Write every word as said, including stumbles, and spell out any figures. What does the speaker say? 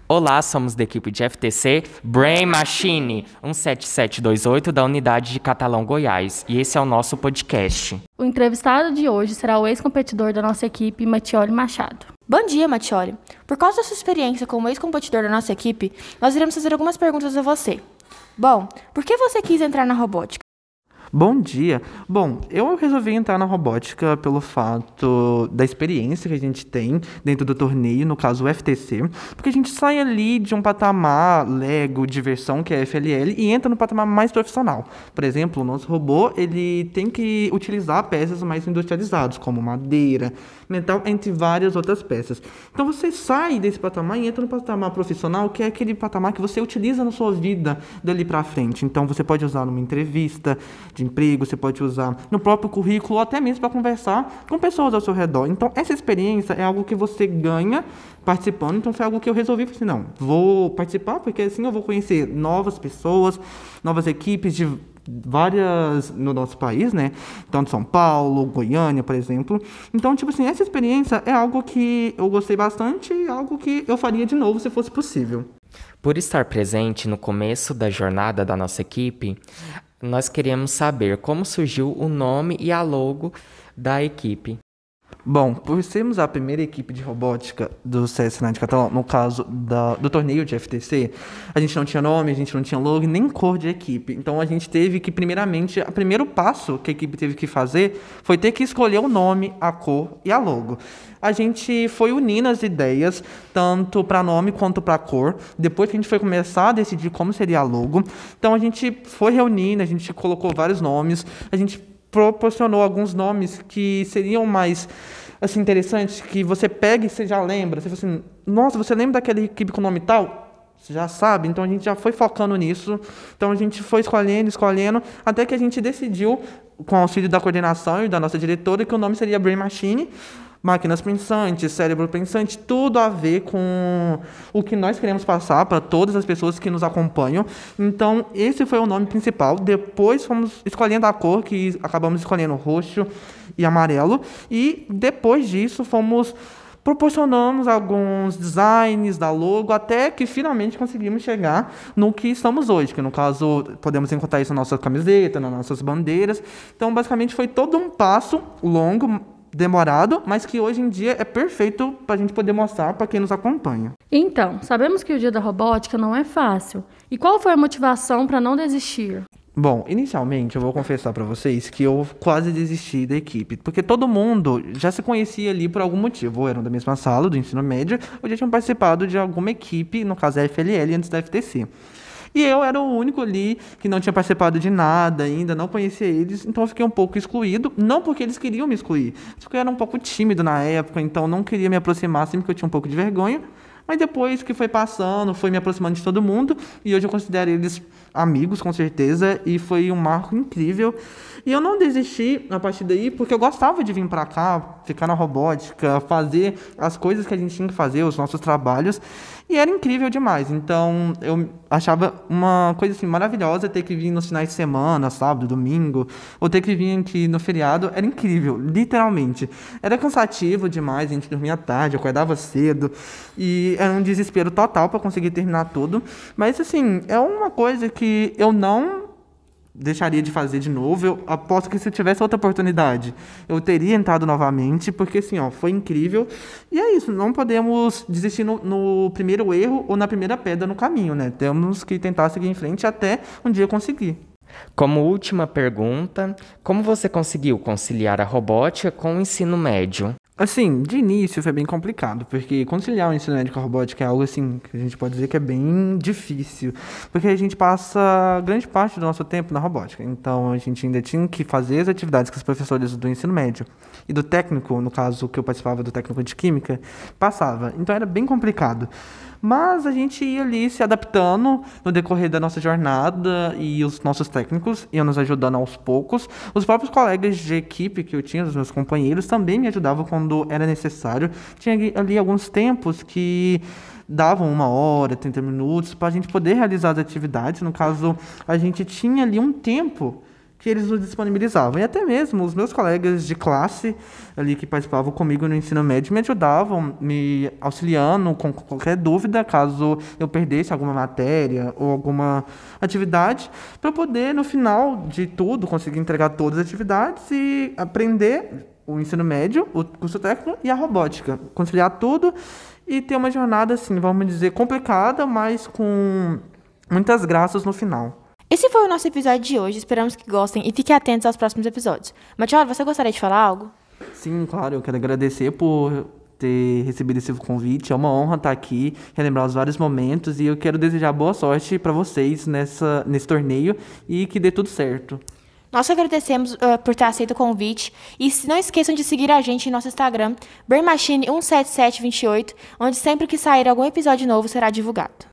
Olá, somos da equipe de F T C Brain Machine um sete sete dois oito da unidade de Catalão, Goiás, e esse é o nosso podcast. O entrevistado de hoje será o ex-competidor da nossa equipe, Mattioli Machado. Bom dia, Mattioli. Por causa da sua experiência como ex-competidor da nossa equipe, nós iremos fazer algumas perguntas a você. Bom, por que você quis entrar na robótica? Bom dia. Bom, eu resolvi entrar na robótica pelo fato da experiência que a gente tem dentro do torneio, no caso o F T C, porque a gente sai ali de um patamar Lego, diversão, que é F L L, e entra no patamar mais profissional. Por exemplo, o nosso robô, ele tem que utilizar peças mais industrializadas, como madeira, metal, entre várias outras peças. Então você sai desse patamar e entra no patamar profissional, que é aquele patamar que você utiliza na sua vida dali pra frente. Então você pode usar numa entrevista de emprego, você pode usar no próprio currículo ou até mesmo para conversar com pessoas ao seu redor. Então, essa experiência é algo que você ganha participando. Então, foi algo que eu resolvi, assim, não, vou participar porque assim eu vou conhecer novas pessoas, novas equipes de várias no nosso país, né? Então, de São Paulo, Goiânia, por exemplo. Então, tipo assim, essa experiência é algo que eu gostei bastante e algo que eu faria de novo se fosse possível. Por estar presente no começo da jornada da nossa equipe, nós queremos saber como surgiu o nome e a logo da equipe. Bom, por sermos a primeira equipe de robótica do C S N de Catalão, no caso da, do torneio de F T C, a gente não tinha nome, a gente não tinha logo, nem cor de equipe. Então a gente teve que, primeiramente, o primeiro passo que a equipe teve que fazer foi ter que escolher o nome, a cor e a logo. A gente foi unindo as ideias, tanto para nome quanto para cor. Depois que a gente foi começar a decidir como seria a logo, então a gente foi reunindo, a gente colocou vários nomes, a gente proporcionou alguns nomes que seriam mais assim, interessantes, que você pega e você já lembra. Você fala assim, nossa, você lembra daquela equipe com o nome tal? Você já sabe, então a gente já foi focando nisso. Então a gente foi escolhendo, escolhendo, até que a gente decidiu, com o auxílio da coordenação e da nossa diretora, que o nome seria Brain Machine, máquinas pensantes, cérebro pensante, tudo a ver com o que nós queremos passar para todas as pessoas que nos acompanham. Então, esse foi o nome principal. Depois fomos escolhendo a cor, que acabamos escolhendo roxo e amarelo. E depois disso, fomos proporcionamos alguns designs da logo, até que finalmente conseguimos chegar no que estamos hoje, que no caso podemos encontrar isso na nossa camiseta, nas nossas bandeiras. Então, basicamente, foi todo um passo longo, demorado, mas que hoje em dia é perfeito para a gente poder mostrar para quem nos acompanha. Então, sabemos que o dia da robótica não é fácil. E qual foi a motivação para não desistir? Bom, inicialmente eu vou confessar para vocês que eu quase desisti da equipe, porque todo mundo já se conhecia ali por algum motivo, ou eram da mesma sala do ensino médio, ou já tinham participado de alguma equipe, no caso a F L L, antes da F T C. E eu era o único ali que não tinha participado de nada ainda, não conhecia eles, então eu fiquei um pouco excluído, não porque eles queriam me excluir, porque eu era um pouco tímido na época, então não queria me aproximar, sempre que eu tinha um pouco de vergonha. Mas depois que foi passando, foi me aproximando de todo mundo, e hoje eu considero eles amigos, com certeza, e foi um marco incrível. E eu não desisti a partir daí, porque eu gostava de vir para cá, ficar na robótica, fazer as coisas que a gente tinha que fazer, os nossos trabalhos, e era incrível demais. Então, eu achava uma coisa assim maravilhosa ter que vir nos finais de semana, sábado, domingo, ou ter que vir aqui no feriado, era incrível, literalmente. Era cansativo demais, a gente dormia tarde, acordava cedo, e era um desespero total para conseguir terminar tudo. Mas, assim, é uma coisa que eu não deixaria de fazer de novo. Eu aposto que se tivesse outra oportunidade, eu teria entrado novamente, porque assim, ó, foi incrível. E é isso, não podemos desistir no, no primeiro erro ou na primeira pedra no caminho, né? Temos que tentar seguir em frente até um dia conseguir. Como última pergunta, como você conseguiu conciliar a robótica com o ensino médio? Assim, de início foi bem complicado, porque conciliar o ensino médio com a robótica é algo assim que a gente pode dizer que é bem difícil, porque a gente passa grande parte do nosso tempo na robótica, então a gente ainda tinha que fazer as atividades que os professores do ensino médio e do técnico, no caso que eu participava do técnico de química, passava, então era bem complicado. Mas a gente ia ali se adaptando no decorrer da nossa jornada, e os nossos técnicos iam nos ajudando aos poucos. Os próprios colegas de equipe que eu tinha, os meus companheiros, também me ajudavam quando era necessário. Tinha ali alguns tempos que davam uma hora, trinta minutos, para a gente poder realizar as atividades. No caso, a gente tinha ali um tempo que eles nos disponibilizavam. E até mesmo os meus colegas de classe ali que participavam comigo no ensino médio me ajudavam, me auxiliando com qualquer dúvida, caso eu perdesse alguma matéria ou alguma atividade, para poder, no final de tudo, conseguir entregar todas as atividades e aprender o ensino médio, o curso técnico e a robótica. Conciliar tudo e ter uma jornada, assim, vamos dizer, complicada, mas com muitas graças no final. Esse foi o nosso episódio de hoje, esperamos que gostem e fiquem atentos aos próximos episódios. Matiola, você gostaria de falar algo? Sim, claro, eu quero agradecer por ter recebido esse convite, é uma honra estar aqui, relembrar os vários momentos e eu quero desejar boa sorte para vocês nessa, nesse torneio e que dê tudo certo. Nós agradecemos uh, por ter aceito o convite e não esqueçam de seguir a gente em nosso Instagram, brain machine um sete sete dois oito, onde sempre que sair algum episódio novo será divulgado.